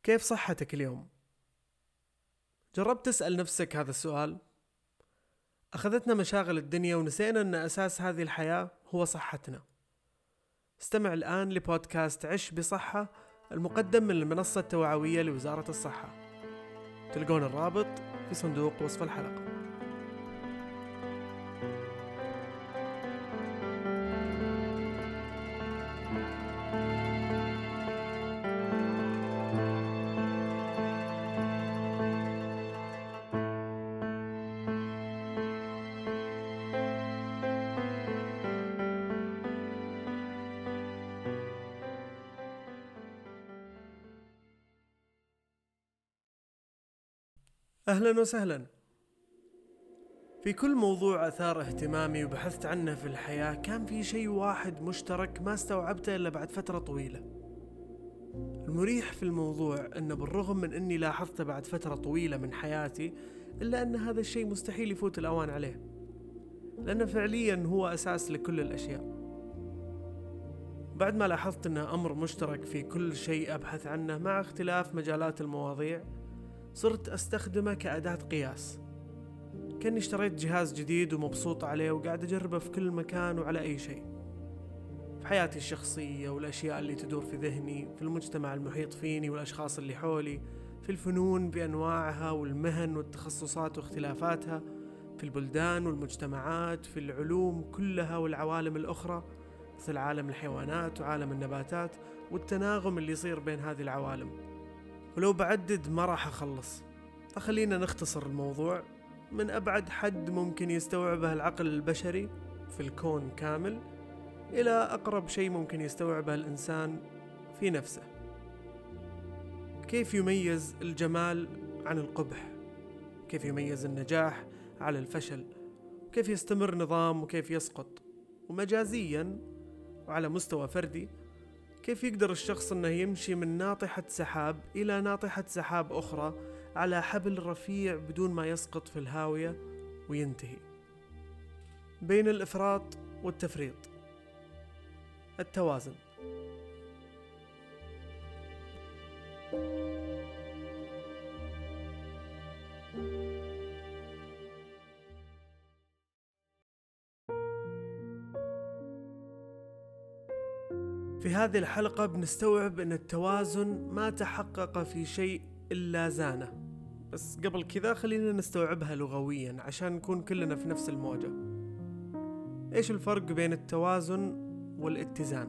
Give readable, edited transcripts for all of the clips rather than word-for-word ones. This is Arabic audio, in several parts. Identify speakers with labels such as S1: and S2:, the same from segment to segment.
S1: كيف صحتك اليوم؟ جربت تسأل نفسك هذا السؤال؟ أخذتنا مشاغل الدنيا ونسينا أن أساس هذه الحياة هو صحتنا. استمع الآن لبودكاست عش بصحة المقدم من المنصة التوعوية لوزارة الصحة. تلقون الرابط في صندوق وصف الحلقة. أهلا وسهلا. في كل موضوع أثار اهتمامي وبحثت عنه في الحياة كان في شيء واحد مشترك ما استوعبته إلا بعد فترة طويلة. المريح في الموضوع أنه بالرغم من أني لاحظته بعد فترة طويلة من حياتي إلا أن هذا الشيء مستحيل يفوت الأوان عليه، لأنه فعليا هو أساس لكل الأشياء. بعد ما لاحظت أنه أمر مشترك في كل شيء أبحث عنه مع اختلاف مجالات المواضيع، صرت أستخدمه كأداة قياس. كأني اشتريت جهاز جديد ومبسوط عليه وقاعد أجربه في كل مكان وعلى أي شيء، في حياتي الشخصية والأشياء اللي تدور في ذهني، في المجتمع المحيط فيني والأشخاص اللي حولي، في الفنون بأنواعها والمهن والتخصصات واختلافاتها، في البلدان والمجتمعات، في العلوم كلها والعوالم الأخرى مثل عالم الحيوانات وعالم النباتات والتناغم اللي يصير بين هذه العوالم. ولو بعدد ما راح أخلص، فخلينا نختصر الموضوع من أبعد حد ممكن يستوعبه العقل البشري في الكون كامل إلى أقرب شيء ممكن يستوعبه الإنسان في نفسه. كيف يميز الجمال عن القبح؟ كيف يميز النجاح على الفشل؟ كيف يستمر نظام وكيف يسقط؟ ومجازيا وعلى مستوى فردي، كيف يقدر الشخص أنه يمشي من ناطحة سحاب إلى ناطحة سحاب أخرى على حبل رفيع بدون ما يسقط في الهاوية وينتهي؟ بين الإفراط والتفريط، التوازن. في هذه الحلقة بنستوعب أن التوازن ما تحقق في شيء إلا زانه. بس قبل كذا خلينا نستوعبها لغويا عشان نكون كلنا في نفس الموجة. إيش الفرق بين التوازن والاتزان؟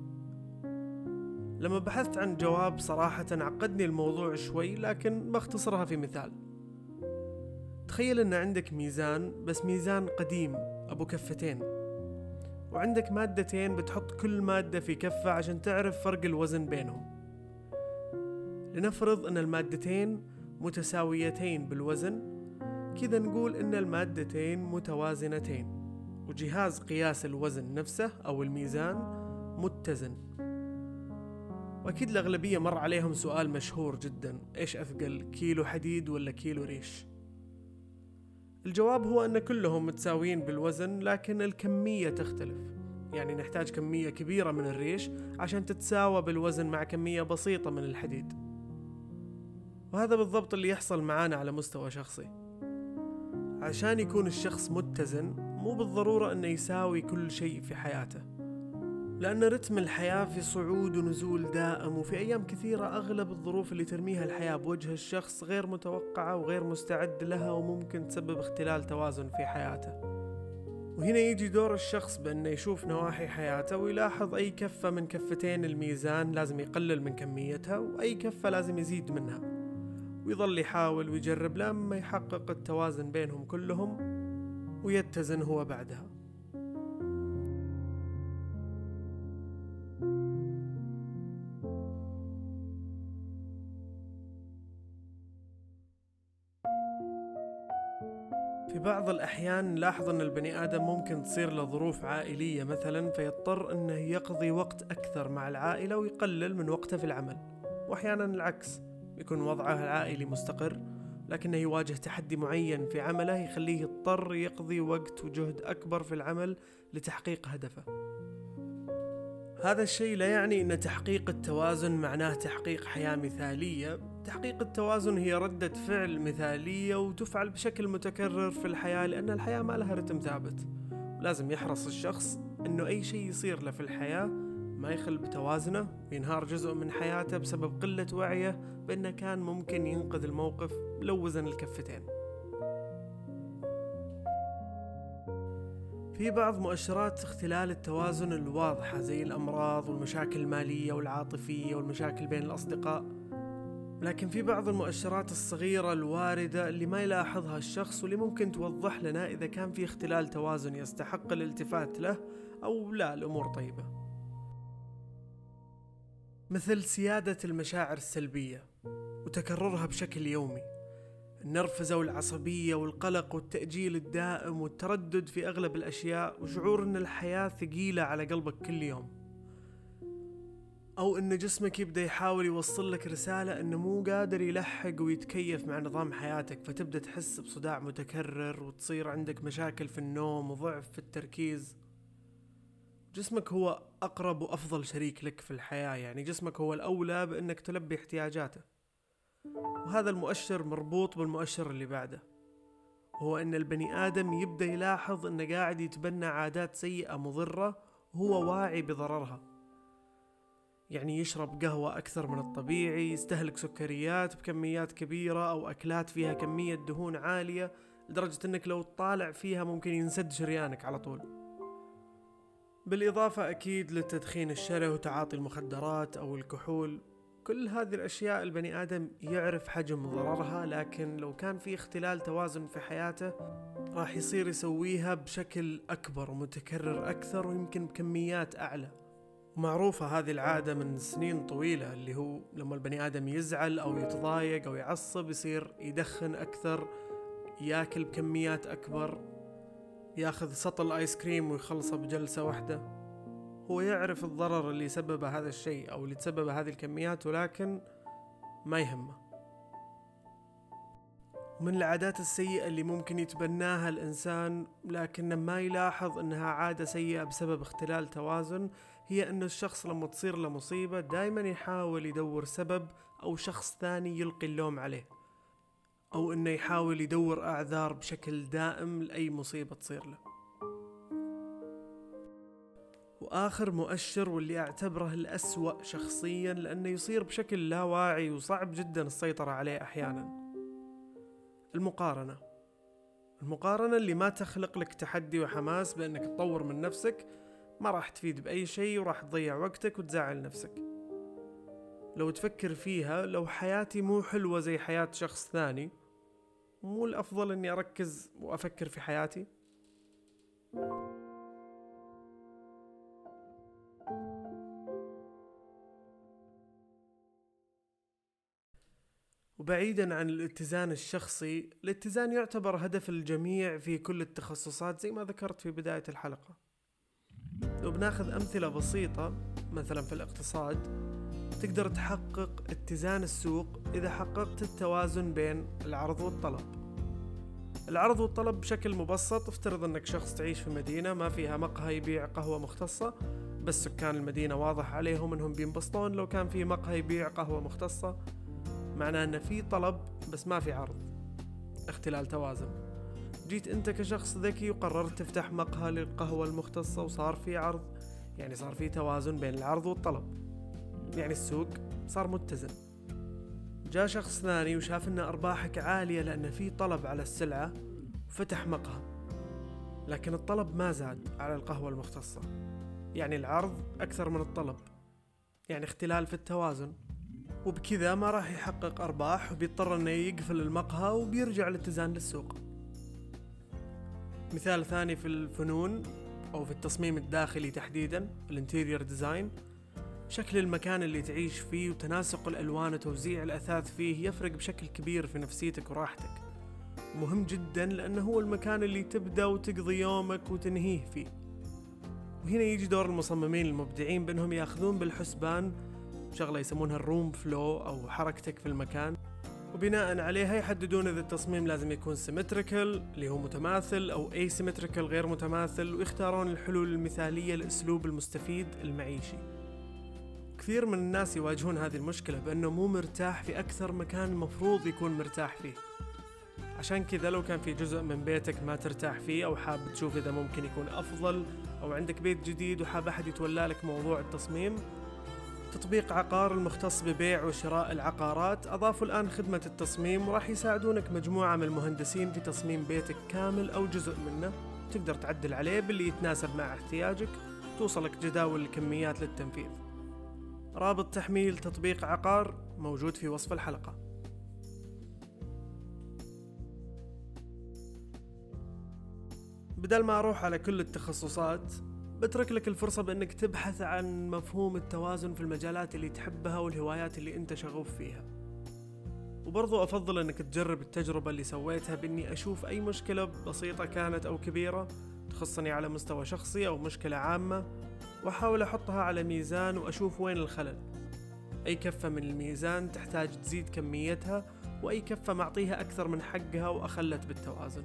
S1: لما بحثت عن جواب صراحة عقدني الموضوع شوي، لكن بختصرها في مثال. تخيل أن عندك ميزان، بس ميزان قديم أبو كفتين، وعندك مادتين بتحط كل مادة في كفة عشان تعرف فرق الوزن بينهم. لنفرض أن المادتين متساويتين بالوزن، كذا نقول أن المادتين متوازنتين، وجهاز قياس الوزن نفسه أو الميزان متزن. وأكيد الأغلبية مر عليهم سؤال مشهور جدا: إيش أثقل، كيلو حديد ولا كيلو ريش؟ الجواب هو أن كلهم متساويين بالوزن، لكن الكمية تختلف. يعني نحتاج كمية كبيرة من الريش عشان تتساوى بالوزن مع كمية بسيطة من الحديد. وهذا بالضبط اللي يحصل معانا على مستوى شخصي. عشان يكون الشخص متزن مو بالضرورة أنه يساوي كل شيء في حياته، لأن رتم الحياة في صعود ونزول دائم، وفي أيام كثيرة أغلب الظروف اللي ترميها الحياة بوجه الشخص غير متوقعة وغير مستعد لها، وممكن تسبب اختلال توازن في حياته. وهنا يجي دور الشخص بأنه يشوف نواحي حياته ويلاحظ أي كفة من كفتين الميزان لازم يقلل من كميتها، وأي كفة لازم يزيد منها، ويظل يحاول ويجرب لما يحقق التوازن بينهم كلهم ويتزن هو بعدها. في بعض الأحيان نلاحظ أن البني آدم ممكن تصير له ظروف عائلية مثلا، فيضطر أنه يقضي وقت أكثر مع العائلة ويقلل من وقته في العمل. وأحيانا العكس، يكون وضعه العائلي مستقر لكنه يواجه تحدي معين في عمله يخليه يضطر يقضي وقت وجهد أكبر في العمل لتحقيق هدفه. هذا الشيء لا يعني أن تحقيق التوازن معناه تحقيق حياة مثالية. تحقيق التوازن هي ردة فعل مثالية وتفعل بشكل متكرر في الحياة، لأن الحياة ما لها رتم ثابت. لازم يحرص الشخص أنه أي شيء يصير له في الحياة ما يخل بتوازنه وينهار جزء من حياته بسبب قلة وعيه بأنه كان ممكن ينقذ الموقف لو وزن الكفتين. في بعض مؤشرات اختلال التوازن الواضحة زي الأمراض والمشاكل المالية والعاطفية والمشاكل بين الأصدقاء، لكن في بعض المؤشرات الصغيرة الواردة اللي ما يلاحظها الشخص واللي ممكن توضح لنا إذا كان في اختلال توازن يستحق الالتفات له أو لا الأمور طيبة. مثل سيادة المشاعر السلبية وتكررها بشكل يومي، النرفزة والعصبية والقلق والتأجيل الدائم والتردد في أغلب الأشياء، وشعور أن الحياة ثقيلة على قلبك كل يوم، أو أن جسمك يبدأ يحاول يوصل لك رسالة أنه مو قادر يلحق ويتكيف مع نظام حياتك، فتبدأ تحس بصداع متكرر وتصير عندك مشاكل في النوم وضعف في التركيز. جسمك هو أقرب وأفضل شريك لك في الحياة، يعني جسمك هو الأولى بأنك تلبي احتياجاته. وهذا المؤشر مربوط بالمؤشر اللي بعده، هو أن البني آدم يبدأ يلاحظ أنه قاعد يتبنى عادات سيئة مضرة وهو واعي بضررها. يعني يشرب قهوة أكثر من الطبيعي، يستهلك سكريات بكميات كبيرة أو أكلات فيها كمية دهون عالية لدرجة أنك لو تطالع فيها ممكن ينسد شريانك على طول. بالإضافة أكيد للتدخين الشره وتعاطي المخدرات أو الكحول. كل هذه الأشياء البني آدم يعرف حجم ضررها، لكن لو كان في اختلال توازن في حياته راح يصير يسويها بشكل أكبر ومتكرر أكثر ويمكن بكميات أعلى. ومعروفة هذه العادة من سنين طويلة، اللي هو لما البني آدم يزعل أو يتضايق أو يعصب يصير يدخن أكثر، ياكل بكميات أكبر، ياخذ سطل آيس كريم ويخلصه بجلسة واحدة. هو يعرف الضرر اللي سببه هذا الشيء أو اللي تسبب هذه الكميات، ولكن ما يهمه. من العادات السيئة اللي ممكن يتبناها الإنسان لكنه ما يلاحظ أنها عادة سيئة بسبب اختلال توازن، هي أن الشخص لما تصير له مصيبة دايما يحاول يدور سبب أو شخص ثاني يلقي اللوم عليه، أو أنه يحاول يدور أعذار بشكل دائم لأي مصيبة تصير له. وآخر مؤشر واللي أعتبره الأسوأ شخصيا لأنه يصير بشكل لا واعي وصعب جدا السيطرة عليه أحيانا، المقارنة اللي ما تخلق لك تحدي وحماس بأنك تطور من نفسك، ما راح تفيد بأي شيء وراح تضيع وقتك وتزعل نفسك. لو تفكر فيها، لو حياتي مو حلوة زي حياة شخص ثاني، مو الأفضل أني أركز وأفكر في حياتي؟ وبعيدا عن الاتزان الشخصي، الاتزان يعتبر هدف الجميع في كل التخصصات زي ما ذكرت في بداية الحلقة. لو بناخذ أمثلة بسيطة، مثلا في الاقتصاد تقدر تحقق اتزان السوق إذا حققت التوازن بين العرض والطلب. العرض والطلب بشكل مبسط، افترض أنك شخص تعيش في مدينة ما فيها مقهى يبيع قهوة مختصة، بس سكان المدينة واضح عليهم أنهم بينبسطون لو كان في مقهى يبيع قهوة مختصة، معناه أن في طلب بس ما في عرض، اختلال توازن. جيت أنت كشخص ذكي وقررت تفتح مقهى للقهوة المختصة وصار في عرض، يعني صار في توازن بين العرض والطلب، يعني السوق صار متزن. جاء شخص ثاني وشاف أن أرباحك عالية لأن في طلب على السلعة وفتح مقهى، لكن الطلب ما زاد على القهوة المختصة، يعني العرض أكثر من الطلب، يعني اختلال في التوازن، وبكذا ما راح يحقق أرباح وبيضطر أنه يقفل المقهى وبيرجع الاتزان للسوق. مثال ثاني في الفنون أو في التصميم الداخلي تحديدا، الانتيريور ديزاين، شكل المكان اللي تعيش فيه وتناسق الألوان وتوزيع الأثاث فيه يفرق بشكل كبير في نفسيتك وراحتك، مهم جدا لأنه هو المكان اللي تبدأ وتقضي يومك وتنهيه فيه. وهنا يجي دور المصممين المبدعين بأنهم يأخذون بالحسبان شغلة يسمونها الروم فلو أو حركتك في المكان، وبناء عليها يحددون إذا التصميم لازم يكون سيمتريكال اللي هو متماثل أو asymmetrical غير متماثل، ويختارون الحلول المثالية لأسلوب المستفيد المعيشي. كثير من الناس يواجهون هذه المشكلة بأنه مو مرتاح في أكثر مكان المفروض يكون مرتاح فيه. عشان كذا لو كان في جزء من بيتك ما ترتاح فيه أو حاب تشوف إذا ممكن يكون أفضل، أو عندك بيت جديد وحاب أحد يتولى لك موضوع التصميم، تطبيق عقار المختص ببيع وشراء العقارات أضافوا الآن خدمة التصميم، وراح يساعدونك مجموعة من المهندسين في تصميم بيتك كامل أو جزء منه. تقدر تعدل عليه باللي يتناسب مع احتياجك، توصلك جداول الكميات للتنفيذ. رابط تحميل تطبيق عقار موجود في وصف الحلقة. بدل ما أروح على كل التخصصات، بترك لك الفرصة بأنك تبحث عن مفهوم التوازن في المجالات اللي تحبها والهوايات اللي أنت شغوف فيها. وبرضو أفضل أنك تجرب التجربة اللي سويتها بأني أشوف أي مشكلة بسيطة كانت أو كبيرة تخصني على مستوى شخصي أو مشكلة عامة، وأحاول أحطها على ميزان وأشوف وين الخلل. أي كفة من الميزان تحتاج تزيد كميتها، وأي كفة معطيها أكثر من حقها وأخلت بالتوازن.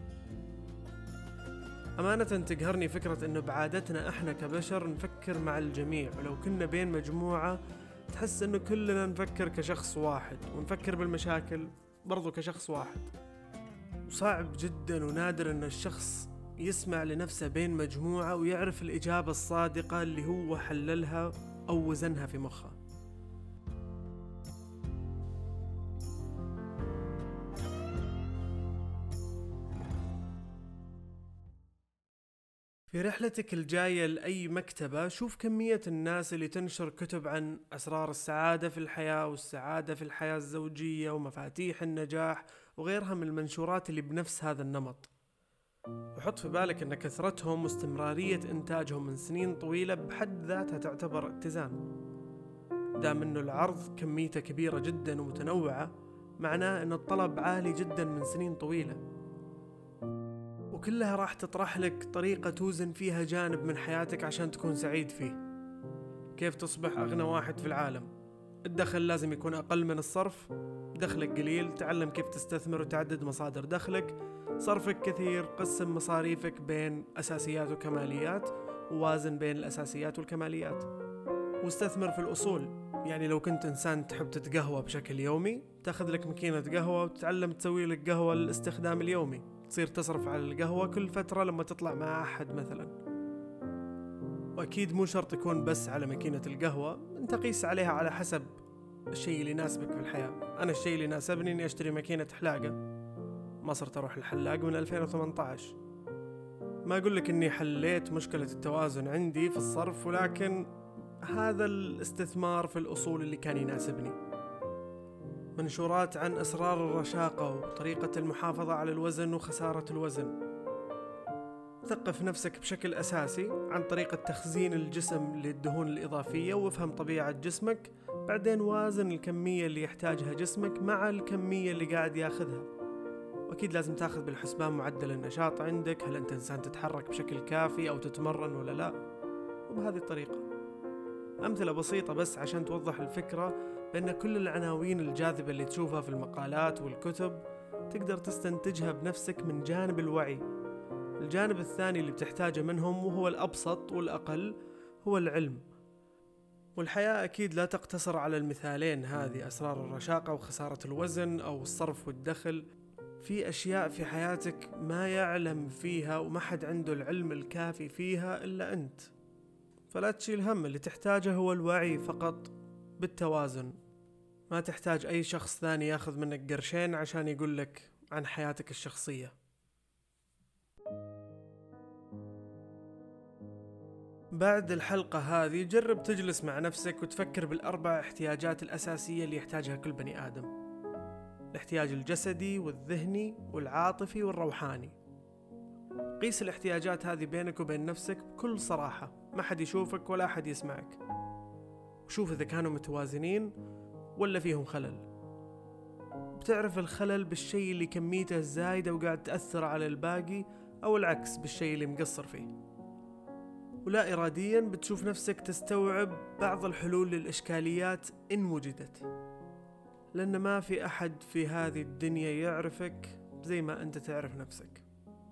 S1: أمانة تقهرني فكرة أنه بعادتنا إحنا كبشر نفكر مع الجميع، ولو كنا بين مجموعة تحس أنه كلنا نفكر كشخص واحد، ونفكر بالمشاكل برضو كشخص واحد. وصعب جدا ونادر أن الشخص يسمع لنفسه بين مجموعة ويعرف الإجابة الصادقة اللي هو حللها أو وزنها في مخه. في رحلتك الجاية لأي مكتبة، شوف كمية الناس اللي تنشر كتب عن أسرار السعادة في الحياة والسعادة في الحياة الزوجية ومفاتيح النجاح وغيرها من المنشورات اللي بنفس هذا النمط. وحط في بالك أن كثرتهم واستمرارية إنتاجهم من سنين طويلة بحد ذاتها تعتبر اتزان. دام أنه العرض كميته كبيرة جدا ومتنوعة، معناه أن الطلب عالي جدا من سنين طويلة، وكلها راح تطرح لك طريقة توزن فيها جانب من حياتك عشان تكون سعيد فيه. كيف تصبح أغنى واحد في العالم؟ الدخل لازم يكون أقل من الصرف. دخلك قليل، تعلم كيف تستثمر وتعدد مصادر دخلك. صرفك كثير، قسم مصاريفك بين أساسيات وكماليات، ووازن بين الأساسيات والكماليات. واستثمر في الأصول، يعني لو كنت إنسان تحب تتقهوى بشكل يومي، تاخذ لك ماكينة قهوة وتتعلم تسوي لك قهوة للاستخدام اليومي، تصير تصرف على القهوة كل فترة لما تطلع مع أحد مثلا. وأكيد مو شرط يكون بس على ماكينة القهوة، أنت قيس عليها على حسب الشيء اللي يناسبك في الحياة. أنا الشيء اللي يناسبني إني أشتري ماكينة حلاقة، ما صرت أروح الحلاق من 2018. ما أقول لك إني حليت مشكلة التوازن عندي في الصرف، ولكن هذا الاستثمار في الأصول اللي كان يناسبني. منشورات عن أسرار الرشاقة وطريقة المحافظة على الوزن وخسارة الوزن. ثقف نفسك بشكل أساسي عن طريقة تخزين الجسم للدهون الإضافية، وافهم طبيعة جسمك، بعدين وازن الكمية اللي يحتاجها جسمك مع الكمية اللي قاعد ياخذها. وأكيد لازم تاخذ بالحسبان معدل النشاط عندك، هل أنت إنسان تتحرك بشكل كافي أو تتمرن ولا لا، وبهذه الطريقة. أمثلة بسيطة بس عشان توضح الفكرة بأن كل العناوين الجاذبة اللي تشوفها في المقالات والكتب تقدر تستنتجها بنفسك من جانب الوعي. الجانب الثاني اللي بتحتاجه منهم، وهو الأبسط والأقل، هو العلم. والحياة أكيد لا تقتصر على المثالين هذه، أسرار الرشاقة وخسارة الوزن أو الصرف والدخل. في أشياء في حياتك ما يعلم فيها وما حد عنده العلم الكافي فيها إلا أنت، فلا تشيل هم. اللي تحتاجه هو الوعي فقط بالتوازن. ما تحتاج أي شخص ثاني ياخذ منك قرشين عشان يقول لك عن حياتك الشخصية. بعد الحلقة هذه جرب تجلس مع نفسك وتفكر بالأربع احتياجات الأساسية اللي يحتاجها كل بني آدم: الاحتياج الجسدي والذهني والعاطفي والروحاني. قيس الاحتياجات هذه بينك وبين نفسك بكل صراحة، ما حد يشوفك ولا حد يسمعك، وشوف إذا كانوا متوازنين ولا فيهم خلل. بتعرف الخلل بالشيء اللي كميته زايدة وقاعد تأثر على الباقي، أو العكس بالشيء اللي مقصر فيه. ولا إراديا بتشوف نفسك تستوعب بعض الحلول للإشكاليات إن وجدت. لأن ما في أحد في هذه الدنيا يعرفك زي ما أنت تعرف نفسك.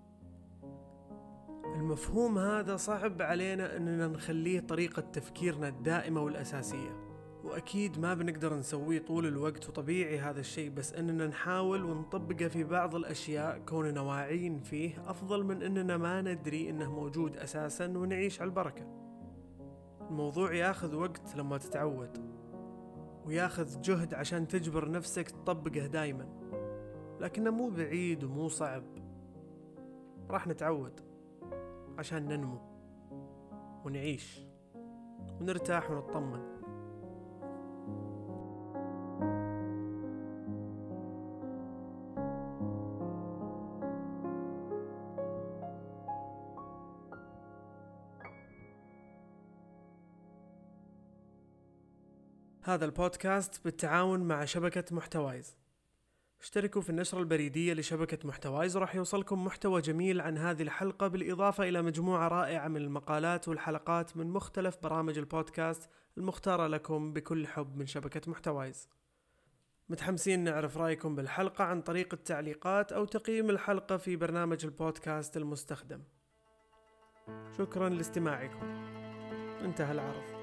S1: المفهوم هذا صعب علينا أننا نخليه طريقة تفكيرنا الدائمة والأساسية، وأكيد ما بنقدر نسويه طول الوقت، وطبيعي هذا الشيء، بس أننا نحاول ونطبقه في بعض الأشياء كوننا واعيين فيه أفضل من أننا ما ندري أنه موجود أساسا ونعيش على البركة. الموضوع ياخذ وقت لما تتعود، وياخذ جهد عشان تجبر نفسك تطبقه دايما، لكنه مو بعيد ومو صعب. راح نتعود عشان ننمو ونعيش ونرتاح ونطمن. هذا البودكاست بالتعاون مع شبكة محتوايز. اشتركوا في النشرة البريدية لشبكة محتوايز، وراح يوصلكم محتوى جميل عن هذه الحلقة، بالإضافة إلى مجموعة رائعة من المقالات والحلقات من مختلف برامج البودكاست المختارة لكم بكل حب من شبكة محتوايز. متحمسين نعرف رأيكم بالحلقة عن طريق التعليقات أو تقييم الحلقة في برنامج البودكاست المستخدم. شكرا لاستماعكم. انتهى العرض.